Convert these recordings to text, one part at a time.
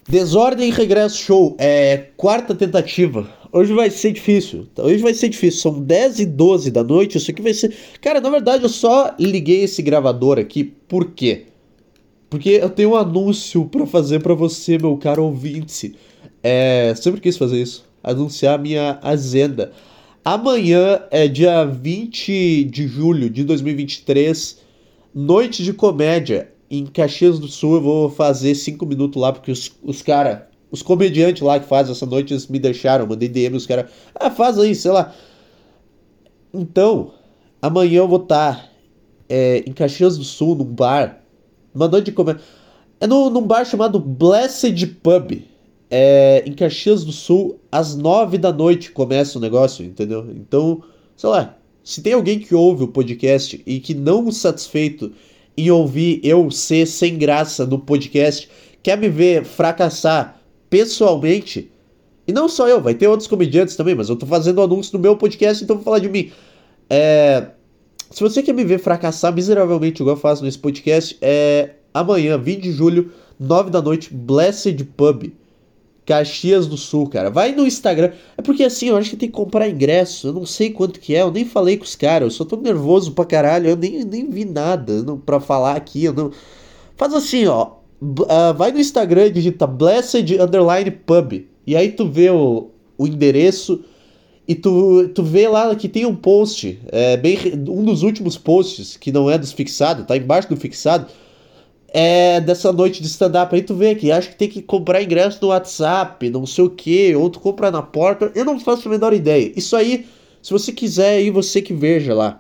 Desordem e Regresso Show. Quarta tentativa. Hoje vai ser difícil. Hoje vai ser difícil. São 10h12 da noite. Isso aqui vai ser. Cara, na verdade eu só liguei esse gravador aqui. Por quê? Porque eu tenho um anúncio pra fazer pra você, meu caro ouvinte. Sempre quis fazer isso. Anunciar a minha agenda. Amanhã é dia 20 de julho de 2023. Noite de comédia em Caxias do Sul. Eu vou fazer 5 minutos lá, porque os cara, os comediantes lá que fazem essa noite, eles me deixaram. Mandei DM, os caras, faz aí, sei lá. Então, amanhã eu vou estar em Caxias do Sul, num bar. Uma noite de comédia. Num bar chamado Blessed Pub. Em Caxias do Sul, às 9 da noite começa o negócio, entendeu? Então, sei lá, se tem alguém que ouve o podcast e que não satisfeito em ouvir eu ser sem graça no podcast, quer me ver fracassar pessoalmente, e não só eu, vai ter outros comediantes também, mas eu tô fazendo anúncio no meu podcast, então vou falar de mim. Se você quer me ver fracassar miseravelmente igual eu faço nesse podcast, amanhã, 20 de julho, 9 da noite, Blessed Pub. Caxias do Sul, cara. Vai no Instagram. É porque assim, eu acho que tem que comprar ingresso. Eu não sei quanto que é. Eu nem falei com os caras. Eu só tô nervoso pra caralho. Eu nem vi nada pra falar aqui. Eu não... Faz assim, ó. Vai no Instagram e digita Blessed_Pub. E aí tu vê o endereço. E tu vê lá que tem um post. Um dos últimos posts, que não é dos fixados. Tá embaixo do fixado. Dessa noite de stand-up. Aí tu vê que acho que tem que comprar ingresso no WhatsApp, não sei o que, ou tu compra na porta. Eu não faço a menor ideia. Isso aí, se você quiser aí, você que veja lá.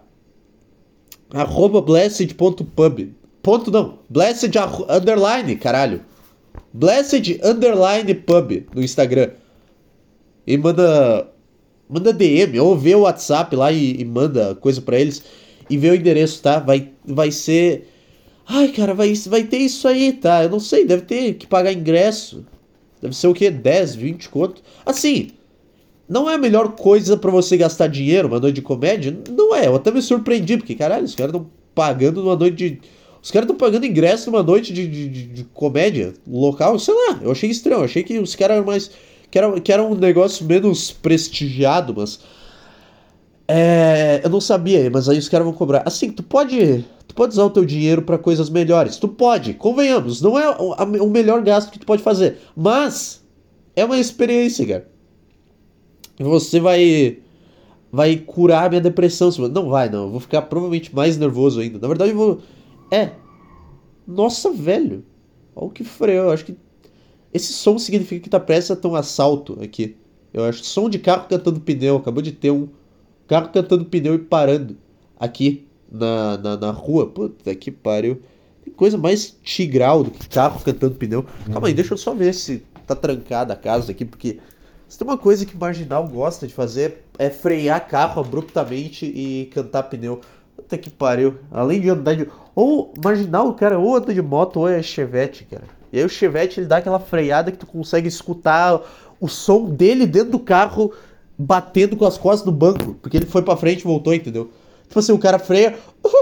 @blessed.pub. Ponto não. Blessed underline, caralho. Blessed underline pub no Instagram. E manda DM, ou vê o WhatsApp lá e manda coisa pra eles. E vê o endereço, tá? Vai ser... Ai, cara, vai ter isso aí, tá? Eu não sei, deve ter que pagar ingresso. Deve ser o quê? 10, 20 conto? Assim, não é a melhor coisa pra você gastar dinheiro uma noite de comédia? Não é, eu até me surpreendi, porque, caralho, os caras estão pagando numa noite de... Os caras estão pagando ingresso numa noite de comédia local, sei lá, eu achei estranho, eu achei que os caras eram mais... Que era um negócio menos prestigiado, mas... Eu não sabia, mas aí os caras vão cobrar. Assim, tu pode usar o teu dinheiro pra coisas melhores. Tu pode, convenhamos. Não é o melhor gasto que tu pode fazer. Mas é uma experiência, cara. Você vai curar a minha depressão. Não vai, não. Eu vou ficar provavelmente mais nervoso ainda. Na verdade, eu vou... Nossa, velho. Olha o que freio. Eu acho que esse som significa que tá prestes a ter um assalto aqui. Eu acho. Som de carro cantando pneu. Acabou de ter um carro cantando pneu e parando aqui na rua. Puta que pariu. Tem coisa mais tigral do que carro cantando pneu. Calma aí, deixa eu só ver se tá trancada a casa aqui, porque se tem uma coisa que Marginal gosta de fazer é frear carro abruptamente e cantar pneu. Puta que pariu. Além de andar de... Ou Marginal, cara, ou anda de moto ou é Chevette, cara. E aí o Chevette, ele dá aquela freada que tu consegue escutar o som dele dentro do carro batendo com as costas do banco, porque ele foi pra frente e voltou, entendeu? Tipo assim, o cara freia,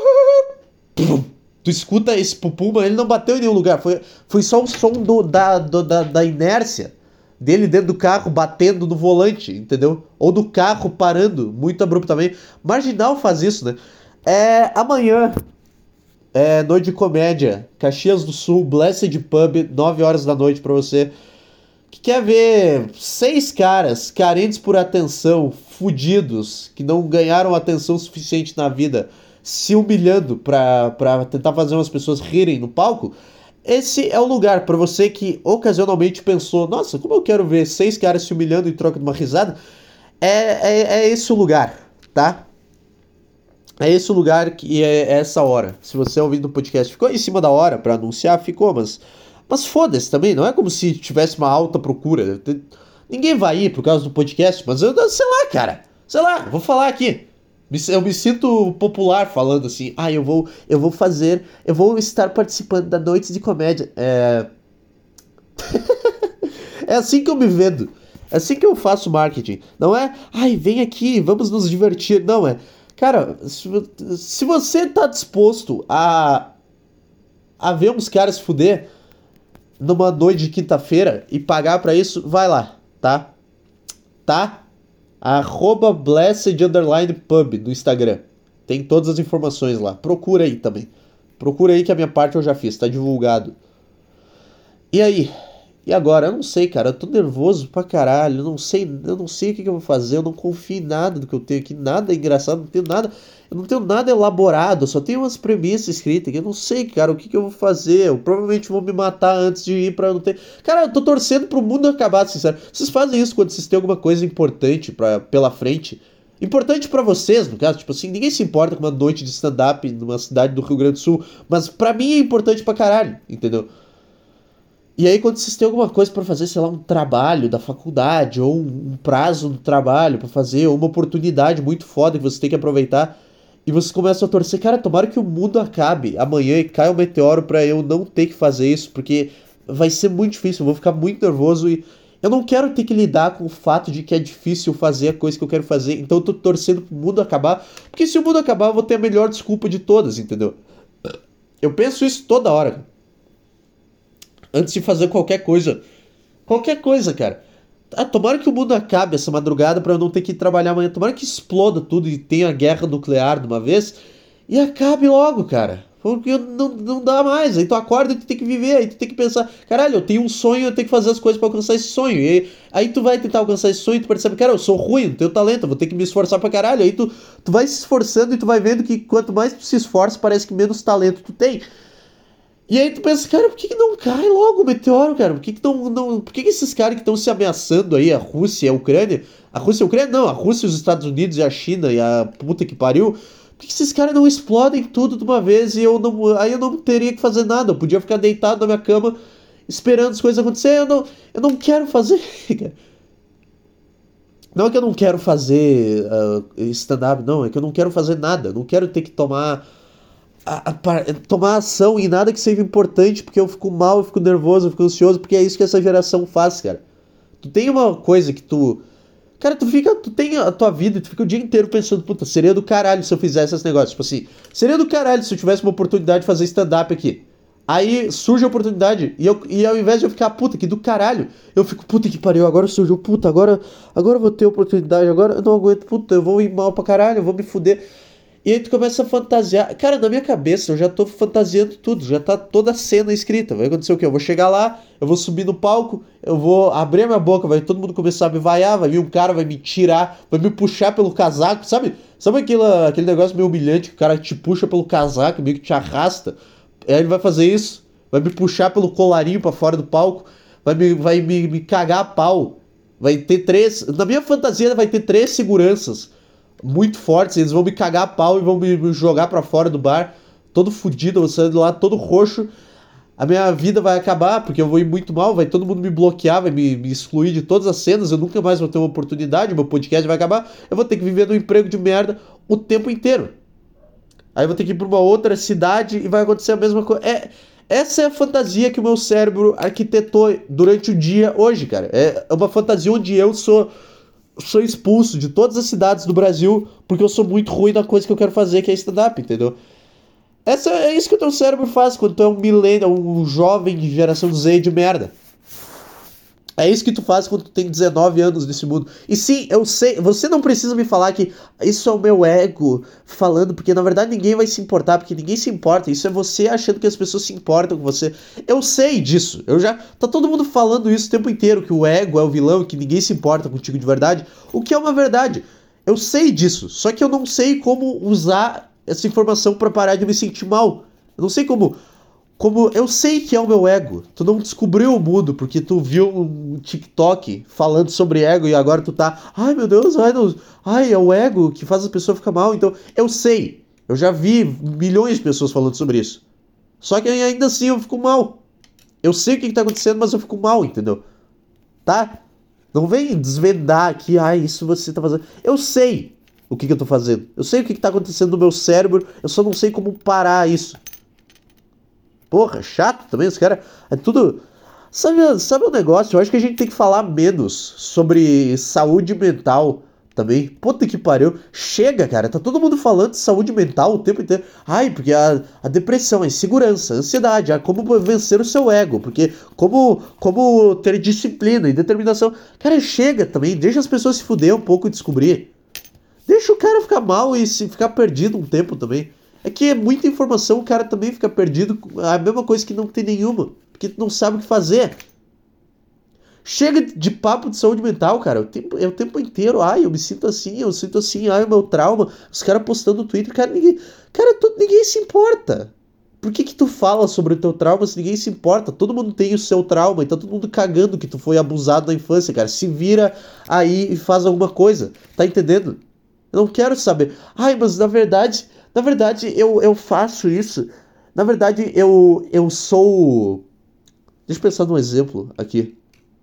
tu escuta esse pupum, mas ele não bateu em nenhum lugar, foi só o som da inércia dele dentro do carro batendo no volante, entendeu? Ou do carro parando muito abruptamente. Marginal faz isso, né? Amanhã, noite de comédia, Caxias do Sul, Blessed Pub, 9 horas da noite pra você que quer ver 6 caras carentes por atenção, fudidos, que não ganharam atenção suficiente na vida, se humilhando pra tentar fazer umas pessoas rirem no palco. Esse é o lugar pra você que ocasionalmente pensou, nossa, como eu quero ver 6 caras se humilhando em troca de uma risada. É esse o lugar, tá? É esse o lugar que é essa hora. Se você ouvindo o podcast ficou em cima da hora pra anunciar, ficou, mas foda-se também, não é como se tivesse uma alta procura. Ninguém vai ir por causa do podcast, mas eu sei lá, cara. Sei lá, vou falar aqui. Eu me sinto popular falando assim, eu vou estar participando da noite de comédia. É assim que eu me vendo. É assim que eu faço marketing. Não é, vem aqui, vamos nos divertir. Não, cara, se você tá disposto a ver uns caras se fuder, numa noite de quinta-feira e pagar pra isso, vai lá, tá? Tá? @blessed_pub no Instagram. Tem todas as informações lá. Procura aí também. Procura aí que a minha parte eu já fiz, tá divulgado. E aí? E agora? Eu não sei, cara. Eu tô nervoso pra caralho. Eu não sei o que eu vou fazer. Eu não confio em nada do que eu tenho aqui. Nada é engraçado, não tenho nada. Eu não tenho nada elaborado. Eu só tenho umas premissas escritas aqui. Eu não sei, cara, o que eu vou fazer. Eu provavelmente vou me matar antes de ir pra não ter. Cara, eu tô torcendo pro mundo acabar, sincero. Vocês fazem isso quando vocês têm alguma coisa importante pela frente. Importante pra vocês, no caso, tipo assim, ninguém se importa com uma noite de stand-up numa cidade do Rio Grande do Sul, mas pra mim é importante pra caralho, entendeu? E aí quando vocês têm alguma coisa pra fazer, sei lá, um trabalho da faculdade, ou um prazo no trabalho pra fazer, ou uma oportunidade muito foda que você tem que aproveitar, e vocês começam a torcer, cara, tomara que o mundo acabe amanhã e caia um meteoro pra eu não ter que fazer isso, porque vai ser muito difícil, eu vou ficar muito nervoso e eu não quero ter que lidar com o fato de que é difícil fazer a coisa que eu quero fazer, então eu tô torcendo pro mundo acabar, porque se o mundo acabar eu vou ter a melhor desculpa de todas, entendeu? Eu penso isso toda hora, cara. Antes de fazer qualquer coisa. Qualquer coisa, cara. Ah, tomara que o mundo acabe essa madrugada pra eu não ter que ir trabalhar amanhã. Tomara que exploda tudo e tenha guerra nuclear de uma vez. E acabe logo, cara. Porque não dá mais. Aí tu acorda e tu tem que viver. Aí tu tem que pensar, caralho, eu tenho um sonho, eu tenho que fazer as coisas pra alcançar esse sonho. E aí tu vai tentar alcançar esse sonho e tu percebe, cara, eu sou ruim, não tenho talento, eu vou ter que me esforçar pra caralho. Aí tu vai se esforçando e tu vai vendo que quanto mais tu se esforça, parece que menos talento tu tem. E aí tu pensa, cara, por que não cai logo o meteoro, cara? Por que esses caras que estão se ameaçando aí, a Rússia e a Ucrânia? A Rússia e a Ucrânia não, a Rússia, os Estados Unidos e a China e a puta que pariu. Por que esses caras não explodem tudo de uma vez e aí eu não teria que fazer nada? Eu podia ficar deitado na minha cama esperando as coisas acontecerem. Eu não quero fazer, cara. Não é que eu não quero fazer stand-up, não, é que eu não quero fazer nada. Eu não quero ter que tomar ação em nada que seja importante, porque eu fico mal, eu fico nervoso, eu fico ansioso, porque é isso que essa geração faz, cara. Tu tem uma coisa que tu... Cara, tu tem a tua vida e tu fica o dia inteiro pensando, puta, seria do caralho se eu fizesse esse negócio. Tipo assim, seria do caralho se eu tivesse uma oportunidade de fazer stand-up aqui. Aí surge a oportunidade e ao invés de eu ficar, puta, que do caralho, eu fico, puta que pariu, agora surgiu, puta, agora eu vou ter oportunidade, agora eu não aguento, puta, eu vou ir mal pra caralho, eu vou me fuder. E aí tu começa a fantasiar. Cara, na minha cabeça eu já tô fantasiando tudo, já tá toda a cena escrita. Vai acontecer o quê? Eu vou chegar lá, eu vou subir no palco, eu vou abrir a minha boca, vai todo mundo começar a me vaiar, vai vir um cara, vai me tirar, vai me puxar pelo casaco, sabe? Sabe aquele negócio meio humilhante que o cara te puxa pelo casaco, meio que te arrasta? Aí ele vai fazer isso, vai me puxar pelo colarinho pra fora do palco, vai me cagar a pau. Vai ter na minha fantasia vai ter 3 seguranças muito fortes, eles vão me cagar a pau e vão me jogar pra fora do bar, todo fudido, eu vou sair de lá todo roxo. A minha vida vai acabar, porque eu vou ir muito mal, vai todo mundo me bloquear, vai me excluir de todas as cenas, eu nunca mais vou ter uma oportunidade, meu podcast vai acabar, eu vou ter que viver num emprego de merda o tempo inteiro. Aí eu vou ter que ir pra uma outra cidade e vai acontecer a mesma coisa. Essa é a fantasia que o meu cérebro arquitetou durante o dia hoje, cara. É uma fantasia onde eu sou expulso de todas as cidades do Brasil porque eu sou muito ruim na coisa que eu quero fazer, que é stand-up, entendeu? É isso que o teu cérebro faz quando tu é um millennial, um jovem de geração Z de merda. É isso que tu faz quando tu tem 19 anos nesse mundo. E sim, eu sei, você não precisa me falar que isso é o meu ego falando, porque na verdade ninguém vai se importar, porque ninguém se importa. Isso é você achando que as pessoas se importam com você. Eu sei disso. Tá todo mundo falando isso o tempo inteiro, que o ego é o vilão e que ninguém se importa contigo de verdade, o que é uma verdade. Eu sei disso, só que eu não sei como usar essa informação pra parar de me sentir mal. Eu não sei como eu sei que é o meu ego. Tu não descobriu o mundo porque tu viu um TikTok falando sobre ego e agora tu tá, ai meu Deus, ai, é o ego que faz a pessoa ficar mal. Então, eu sei. Eu já vi milhões de pessoas falando sobre isso. Só que ainda assim eu fico mal. Eu sei o que tá acontecendo, mas eu fico mal, entendeu? Tá? Não vem desvendar aqui, ai, isso você tá fazendo. Eu sei o que eu tô fazendo. Eu sei o que tá acontecendo no meu cérebro, eu só não sei como parar isso. Porra, chato também, os caras. É tudo. Sabe o negócio? Eu acho que a gente tem que falar menos sobre saúde mental também. Puta que pariu. Chega, cara. Tá todo mundo falando de saúde mental o tempo inteiro. Ai, porque a depressão, a insegurança, a ansiedade, como vencer o seu ego, porque como ter disciplina e determinação. Cara, chega também. Deixa as pessoas se fuder um pouco e descobrir. Deixa o cara ficar mal e ficar perdido um tempo também. É que é muita informação, o cara também fica perdido. A mesma coisa que não tem nenhuma. Porque tu não sabe o que fazer. Chega de papo de saúde mental, cara. O tempo inteiro. Ai, eu me sinto assim, eu sinto assim. Ai, o meu trauma. Os caras postando no Twitter. Ninguém se importa. Por que tu fala sobre o teu trauma se ninguém se importa? Todo mundo tem o seu trauma. Então todo mundo cagando que tu foi abusado na infância, cara. Se vira aí e faz alguma coisa. Tá entendendo? Eu não quero saber. Ai, mas na verdade eu faço isso. Na verdade, eu sou... Deixa eu pensar num exemplo aqui.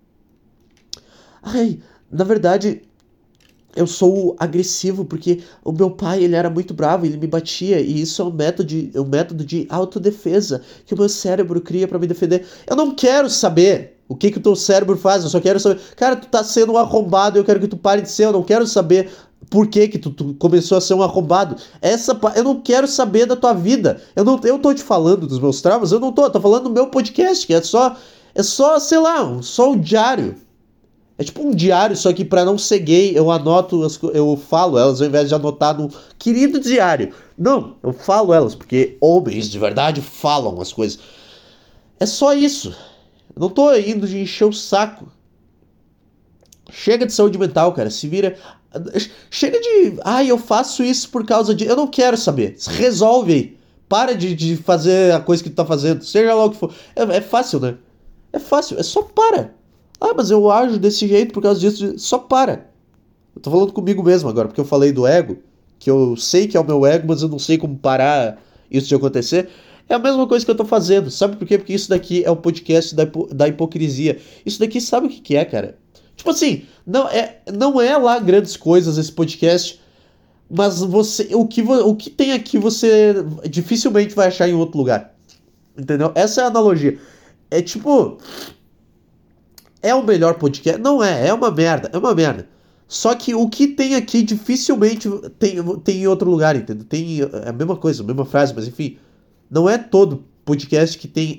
Ai, na verdade, eu sou agressivo porque o meu pai, ele era muito bravo, ele me batia, e isso é um método de autodefesa que o meu cérebro cria pra me defender. Eu não quero saber o que o teu cérebro faz, eu só quero saber... Cara, tu tá sendo um arrombado, eu quero que tu pare de ser, eu não quero saber... Por que tu começou a ser um arrombado? Eu não quero saber da tua vida. Eu tô te falando dos meus traumas, eu tô falando do meu podcast, que é só, sei lá, só um diário. É tipo um diário, só que pra não ser gay, eu anoto, eu falo elas ao invés de anotar no querido diário. Não, eu falo elas, porque homens de verdade falam as coisas. É só isso. Eu não tô indo de encher o saco. Chega de saúde mental, cara. Se vira... Chega de... Ai, eu faço isso por causa de... Eu não quero saber. Resolve aí. Para de fazer a coisa que tu tá fazendo. Seja lá o que for. É fácil, né? É fácil. É só para. Ah, mas eu ajo desse jeito por causa disso. Só para. Eu tô falando comigo mesmo agora, porque eu falei do ego. Que eu sei que é o meu ego, mas eu não sei como parar isso de acontecer. É a mesma coisa que eu tô fazendo. Sabe por quê? Porque isso daqui é o podcast da hipocrisia. Isso daqui sabe o que é, cara? Tipo assim, não é lá grandes coisas esse podcast, mas o que tem aqui você dificilmente vai achar em outro lugar. Entendeu? Essa é a analogia. É tipo, é o melhor podcast? Não é uma merda, é uma merda. Só que o que tem aqui dificilmente tem em outro lugar, entendeu? Tem a mesma coisa, a mesma frase, mas enfim, não é todo podcast que tem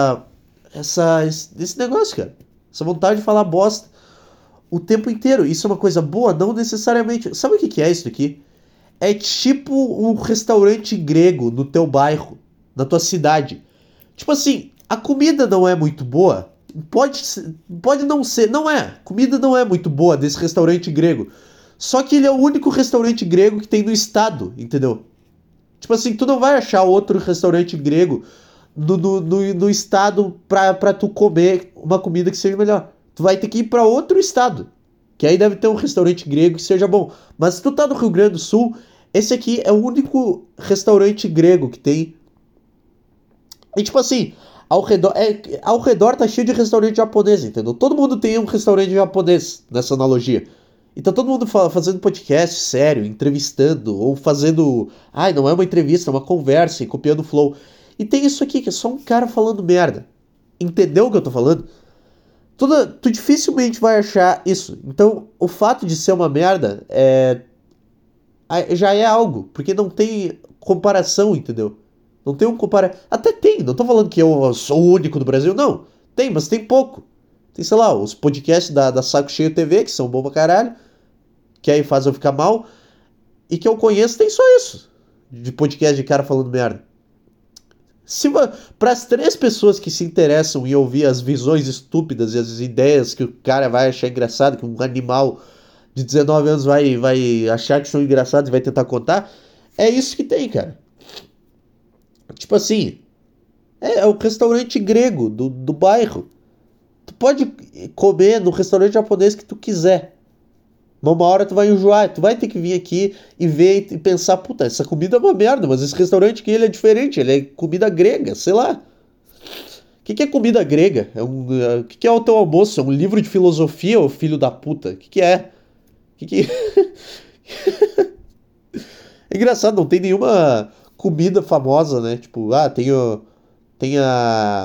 esse negócio, cara. Essa vontade de falar bosta o tempo inteiro. Isso é uma coisa boa? Não necessariamente. Sabe o que é isso aqui? É tipo um restaurante grego no teu bairro, na tua cidade. Tipo assim, a comida não é muito boa. Pode não ser. Não é. Comida não é muito boa desse restaurante grego. Só que ele é o único restaurante grego que tem no estado, entendeu? Tipo assim, tu não vai achar outro restaurante grego no estado pra tu comer uma comida que seja melhor. Tu vai ter que ir pra outro estado, que aí deve ter um restaurante grego que seja bom. Mas se tu tá no Rio Grande do Sul, esse aqui é o único restaurante grego que tem. E tipo assim, ao redor tá cheio de restaurante japonês, entendeu? Todo mundo tem um restaurante japonês nessa analogia. E tá todo mundo fazendo podcast sério, entrevistando, ou fazendo... Ai, não é uma entrevista, é uma conversa, e copiando o flow. E tem isso aqui, que é só um cara falando merda. Entendeu o que eu tô falando? Tu dificilmente vai achar isso. Então, o fato de ser uma merda já é algo, porque não tem comparação, entendeu? Não tem um Até tem, não tô falando que eu sou o único do Brasil, não. Tem, mas tem pouco. Tem, sei lá, os podcasts da Saco Cheio TV, que são bons pra caralho, que aí faz eu ficar mal, e que eu conheço tem só isso, de podcast de cara falando merda. Para as 3 pessoas que se interessam em ouvir as visões estúpidas e as ideias que o cara vai achar engraçado, que um animal de 19 anos vai achar que são engraçados e vai tentar contar, é isso que tem, cara. Tipo assim, é o restaurante grego do bairro. Tu pode comer no restaurante japonês que tu quiser. Mas uma hora tu vai enjoar, tu vai ter que vir aqui e ver e pensar, puta, essa comida é uma merda, mas esse restaurante aqui ele é diferente, ele é comida grega, sei lá. O que é comida grega? O que é o teu almoço? É um livro de filosofia, ô filho da puta? O que é? Que... É engraçado, não tem nenhuma comida famosa, né? Tipo, tem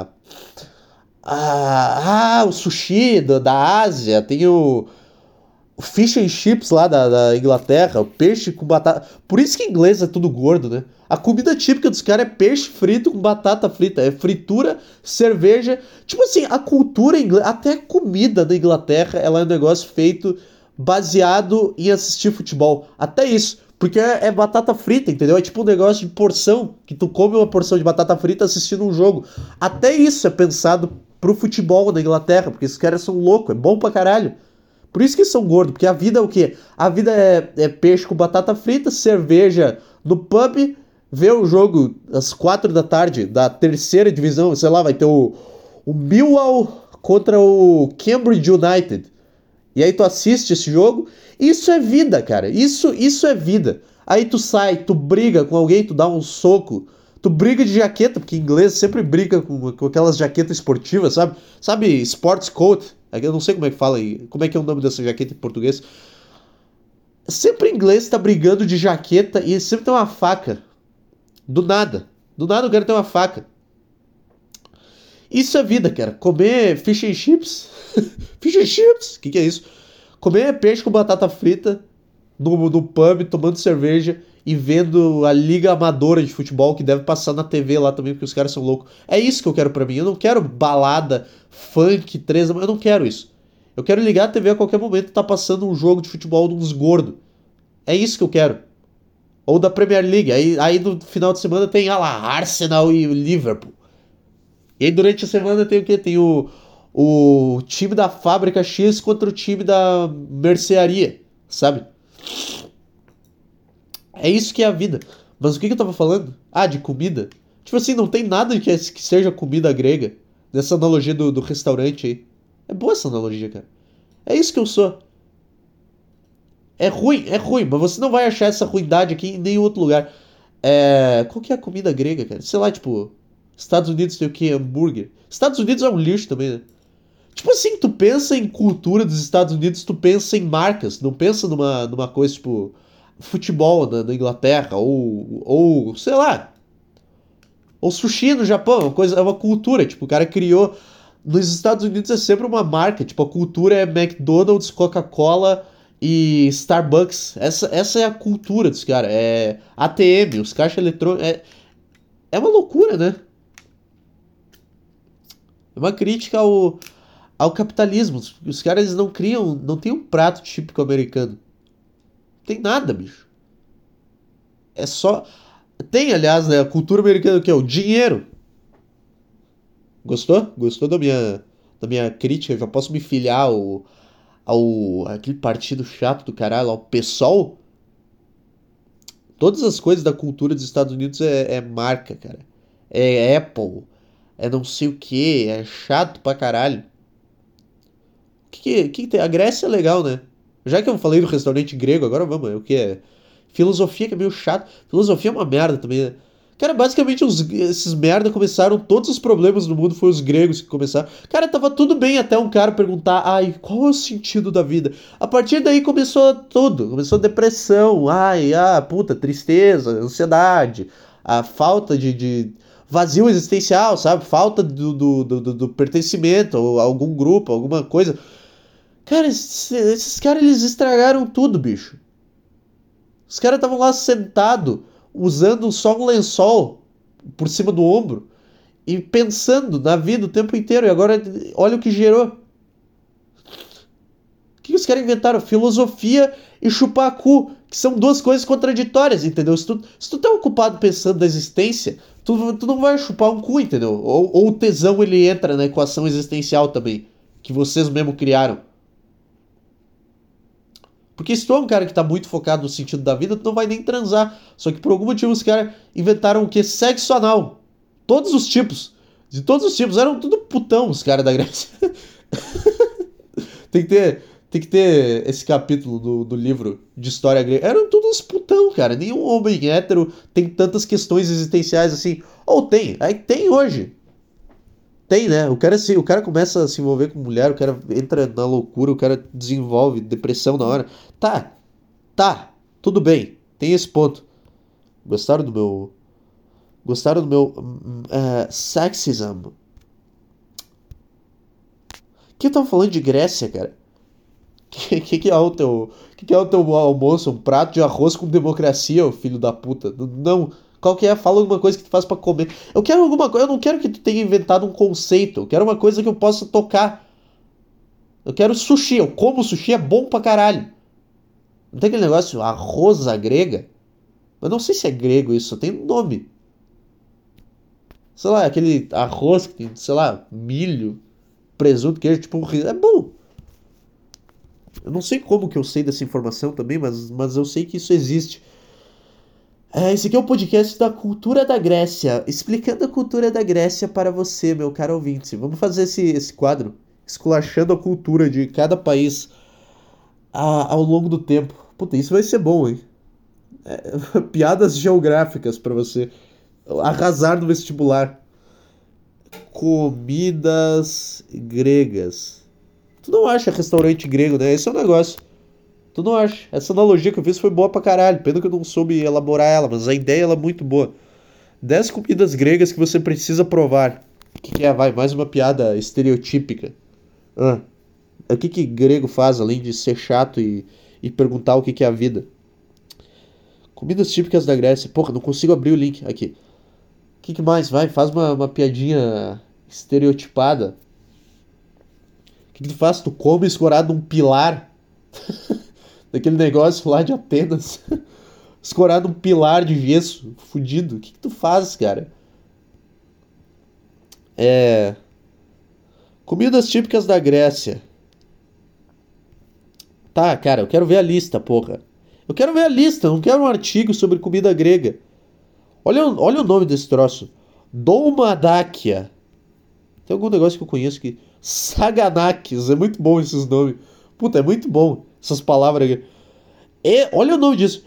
o sushi da Ásia, tem fish and chips lá da Inglaterra, o peixe com batata. Por isso que inglês é tudo gordo, né? A comida típica dos caras é peixe frito com batata frita. É fritura, cerveja. Tipo assim, a cultura inglesa, até a comida da Inglaterra, ela é um negócio feito baseado em assistir futebol. Até isso. Porque é batata frita, entendeu? É tipo um negócio de porção, que tu come uma porção de batata frita assistindo um jogo. Até isso é pensado pro futebol na Inglaterra, porque esses caras são loucos, é bom pra caralho. Por isso que eles são gordos, porque a vida é o quê? A vida é peixe com batata frita, cerveja no pub, ver o jogo às 4 da tarde da terceira divisão, sei lá, vai ter o Millwall contra o Cambridge United. E aí tu assiste esse jogo, isso é vida, cara, isso é vida. Aí tu sai, tu briga com alguém, tu dá um soco, tu briga de jaqueta, porque inglês sempre briga com aquelas jaquetas esportivas, sabe? Sabe, sports coat? Eu não sei como é que fala aí, como é que é o nome dessa jaqueta em português. Sempre inglês tá brigando de jaqueta e sempre tem uma faca. Do nada. Do nada o cara tem uma faca. Isso é vida, cara. Comer fish and chips. Fish and chips? O que é isso? Comer peixe com batata frita no pub, tomando cerveja e vendo a liga amadora de futebol que deve passar na TV lá também, porque os caras são loucos. É isso que eu quero pra mim. Eu não quero balada, funk, treza, eu não quero isso. Eu quero ligar a TV a qualquer momento e tá passando um jogo de futebol de uns gordos. É isso que eu quero. Ou da Premier League. Aí no final de semana tem lá, Arsenal e Liverpool. E aí durante a semana tem o quê? Tem o time da fábrica X contra o time da mercearia, sabe? É isso que é a vida. Mas o que eu tava falando? Ah, de comida. Tipo assim, não tem nada que seja comida grega. Nessa analogia do restaurante aí. É boa essa analogia, cara. É isso que eu sou. É ruim, mas você não vai achar essa ruindade aqui em nenhum outro lugar. Qual que é a comida grega, cara? Sei lá, tipo, Estados Unidos tem o quê? Hambúrguer. Estados Unidos é um lixo também, né? Tipo assim, tu pensa em cultura dos Estados Unidos, tu pensa em marcas, não pensa numa coisa tipo futebol na Inglaterra, ou sei lá, ou sushi no Japão, é uma cultura, tipo, o cara criou. Nos Estados Unidos é sempre uma marca, tipo, a cultura é McDonald's, Coca-Cola e Starbucks. Essa é a cultura dos caras. É ATM, os caixas eletrônicos. É uma loucura, né? É uma crítica ao capitalismo. Os caras eles não criam, não tem um prato típico americano. Não tem nada, bicho. É só. Tem, aliás, né, a cultura americana que é o dinheiro. Gostou? Gostou da minha crítica? Já posso me filiar aquele partido chato do caralho, ao PSOL? Todas as coisas da cultura dos Estados Unidos é marca, cara. É Apple, é não sei o que, é chato pra caralho. O que tem? A Grécia é legal, né? Já que eu falei do restaurante grego, agora vamos, é o que é? Filosofia que é meio chato. Filosofia é uma merda também, né? Cara, basicamente esses merda começaram, todos os problemas do mundo foi os gregos que começaram. Cara, tava tudo bem até um cara perguntar, ai, qual é o sentido da vida? A partir daí começou tudo, começou depressão, puta, tristeza, ansiedade, a falta de vazio existencial, sabe? Falta do pertencimento a algum grupo, alguma coisa. Cara, esses caras, eles estragaram tudo, bicho. Os caras estavam lá sentados, usando só um lençol por cima do ombro e pensando na vida o tempo inteiro. E agora, olha o que gerou. O que os caras inventaram? Filosofia e chupar cu, que são duas coisas contraditórias, entendeu? Se tu tá ocupado pensando na existência, tu não vai chupar um cu, entendeu? Ou o tesão ele entra na equação existencial também, que vocês mesmo criaram. Porque se tu é um cara que tá muito focado no sentido da vida, tu não vai nem transar. Só que por algum motivo os caras inventaram o que? Sexo anal. Todos os tipos. De todos os tipos. Eram tudo putão os caras da Grécia. tem que ter esse capítulo do livro de história grega. Eram todos putão, cara. Nenhum homem hétero tem tantas questões existenciais assim. Ou tem. Aí tem hoje. Tem, né? O cara começa a se envolver com mulher, o cara entra na loucura, o cara desenvolve depressão na hora. Tá, tudo bem. Tem esse ponto. Gostaram do meu. Gostaram do meu. Sexism. O que eu tava falando de Grécia, cara? Que é o teu. Que é o teu almoço? Um prato de arroz com democracia, ô filho da puta? Não. Qual que é? Fala alguma coisa que tu faz pra comer. Eu quero alguma coisa. Eu não quero que tu tenha inventado um conceito. Eu quero uma coisa que eu possa tocar. Eu quero sushi. Eu como sushi, é bom pra caralho. Não tem aquele negócio, arroz à grega? Eu não sei se é grego isso, só tem um nome. Sei lá, aquele arroz que tem, sei lá, milho, presunto, queijo, tipo, é bom. Eu não sei como que eu sei dessa informação também, mas eu sei que isso existe. Esse aqui é o podcast da cultura da Grécia, explicando a cultura da Grécia para você, meu caro ouvinte. Vamos fazer esse quadro, esculachando a cultura de cada país ao longo do tempo. Puta, isso vai ser bom, hein? Piadas geográficas para você arrasar no vestibular. Comidas gregas. Tu não acha restaurante grego, né? Esse é o negócio. Tu não acha? Essa analogia que eu fiz foi boa pra caralho. Pena que eu não soube elaborar ela, mas a ideia ela é muito boa. 10 comidas gregas que você precisa provar. O que é? Vai, mais uma piada estereotípica. Ah, o que grego faz além de ser chato e perguntar o que é a vida? Comidas típicas da Grécia. Porra, não consigo abrir o link. Aqui. O que mais? Vai, faz uma piadinha estereotipada. O que tu faz? Tu come escorado num pilar. Daquele negócio lá de Atenas. Escorado num pilar de gesso. Fudido. O que tu faz, cara? Comidas típicas da Grécia. Tá, cara, eu quero ver a lista, porra. Eu quero ver a lista, não quero um artigo sobre comida grega. Olha o nome desse troço. Dolmadáquia. Tem algum negócio que eu conheço que. Saganakis. É muito bom esses nomes. Puta, é muito bom essas palavras aqui. Olha o nome disso.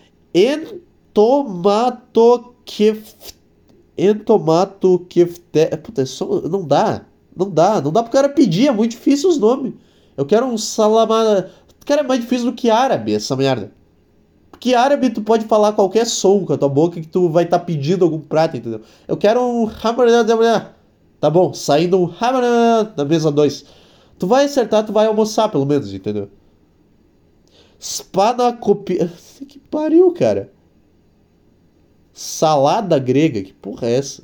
Entomatokefte. Puta, não dá. Não dá pro cara pedir. É muito difícil os nomes. Eu quero um salamada. Cara, é mais difícil do que árabe essa merda. Porque árabe tu pode falar qualquer som com a tua boca que tu vai estar pedindo algum prato, entendeu? Eu quero um. Tá bom, saindo um na mesa 2. Tu vai acertar, tu vai almoçar pelo menos, entendeu? Spanakopia. Que pariu, cara. Salada grega, que porra é essa?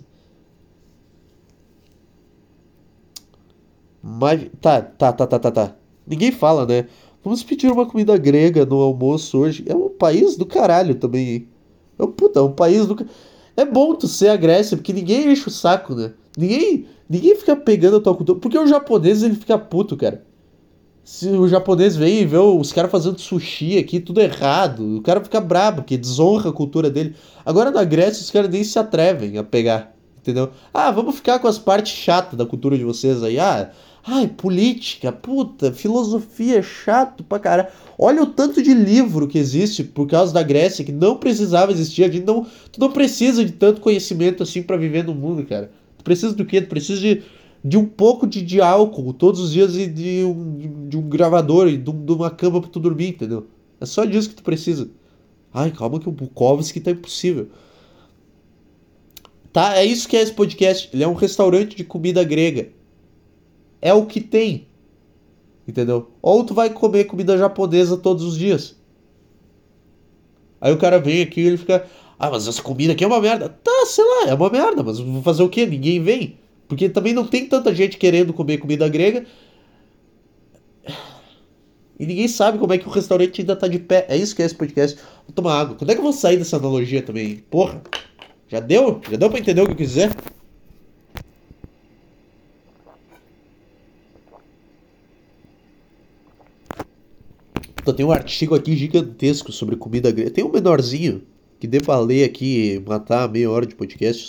Mas. Tá. Ninguém fala, né? Vamos pedir uma comida grega no almoço hoje. É um país do caralho também, hein? É um país do. É bom tu ser a Grécia, porque ninguém enche o saco, né? Ninguém fica pegando a tua cultura. Porque o japonês ele fica puto, cara. Se o japonês vem e vê os caras fazendo sushi aqui, tudo errado, o cara fica brabo, porque desonra a cultura dele. Agora na Grécia os caras nem se atrevem a pegar, entendeu? Ah, vamos ficar com as partes chatas da cultura de vocês aí. Ai, política, puta, filosofia, chato pra caralho. Olha o tanto de livro que existe por causa da Grécia que não precisava existir. Tu não precisa de tanto conhecimento assim pra viver no mundo, cara. Tu precisa do quê? Tu precisa de um pouco de álcool todos os dias e de um gravador e de uma cama pra tu dormir, entendeu? É só disso que tu precisa. Ai, calma que o Bukowski tá impossível. Tá, é isso que é esse podcast. Ele é um restaurante de comida grega. É o que tem, entendeu? Ou tu vai comer comida japonesa todos os dias. Aí o cara vem aqui e ele fica... Ah, mas essa comida aqui é uma merda. Tá, sei lá, é uma merda, mas vou fazer o quê? Ninguém vem. Porque também não tem tanta gente querendo comer comida grega. E ninguém sabe como é que o restaurante ainda tá de pé. É isso que é esse podcast. Vou tomar água. Quando é que eu vou sair dessa analogia também? Porra, já deu? Já deu pra entender o que eu quis dizer? Então, tem um artigo aqui gigantesco sobre comida grega. Tem um menorzinho que dê pra ler aqui, matar meia hora de podcast,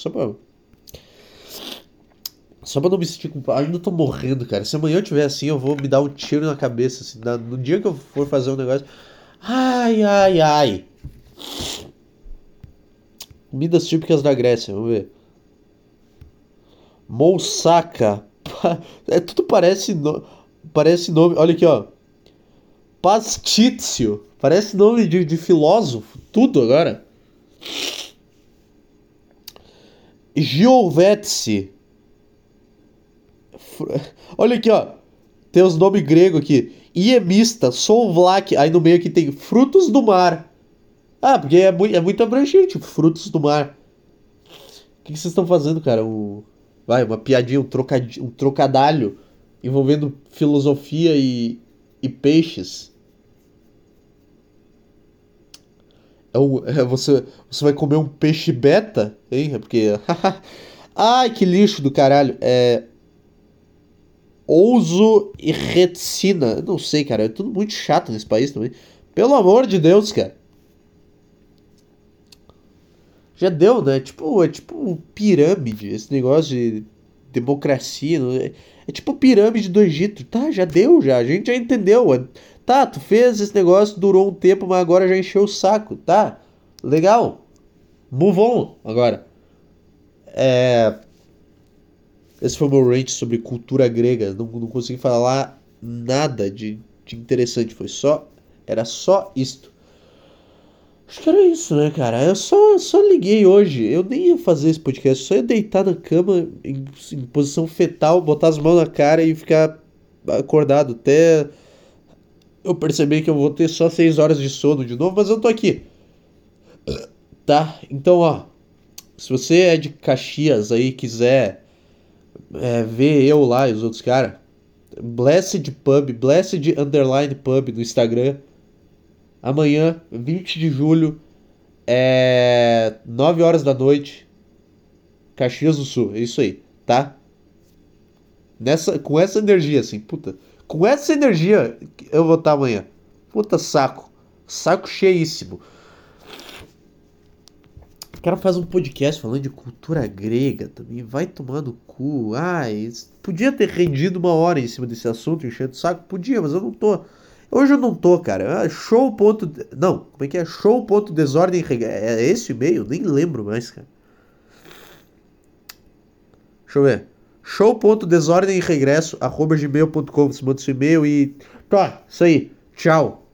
só pra não me sentir culpado. Ainda tô morrendo, cara. Se amanhã eu tiver assim, eu vou me dar um tiro na cabeça. Assim, no dia que eu for fazer um negócio. Ai. Comidas típicas da Grécia, vamos ver. Moussaka. Tudo parece nome. Olha aqui, ó. Pastício. Parece nome de filósofo. Tudo agora. Giovetse. Olha aqui, ó. Tem os nomes gregos aqui. Iemista, Solvlak, aí no meio aqui tem frutos do mar. Ah, porque é muito abrangente, tipo, frutos do mar. O que vocês estão fazendo, cara? Uma piadinha, um trocadalho envolvendo filosofia e peixes. Você vai comer um peixe beta, hein? É porque. Ai, que lixo do caralho. Ouso e reticina. Não sei, cara. É tudo muito chato nesse país também. Pelo amor de Deus, cara. Já deu, né? É tipo pirâmide. Esse negócio de democracia. É tipo pirâmide do Egito. Tá, já deu, já. A gente já entendeu. Tá, tu fez esse negócio, durou um tempo, mas agora já encheu o saco. Tá, legal. Move on agora. Esse foi o meu rant sobre cultura grega. Não consegui falar nada de interessante. Era só isto. Acho que era isso, né, cara? Eu só liguei hoje. Eu nem ia fazer esse podcast. Só ia deitar na cama em posição fetal, botar as mãos na cara e ficar acordado até eu perceber que eu vou ter só 6 horas de sono de novo. Mas eu tô aqui. Tá? Então, ó. Se você é de Caxias aí, quiser ver eu lá e os outros caras, Blessed Pub, Blessed Underline Pub no Instagram. Amanhã, 20 de julho, 9 horas da noite, Caxias do Sul. É isso aí, tá? Com essa energia, assim, puta. Com essa energia eu vou estar amanhã. Puta saco. Saco cheíssimo. O cara faz um podcast falando de cultura grega também. Vai tomar no cu. Ai, podia ter rendido 1 hora em cima desse assunto, enchendo o saco. Podia, mas eu não tô. Hoje eu não tô, cara. Show. Não, como é que é? Show.desordem. É esse e-mail? Nem lembro mais, cara. Deixa eu ver. Show.desordemregresso@gmail.com. Você manda seu e-mail e. Tá, isso aí. Tchau.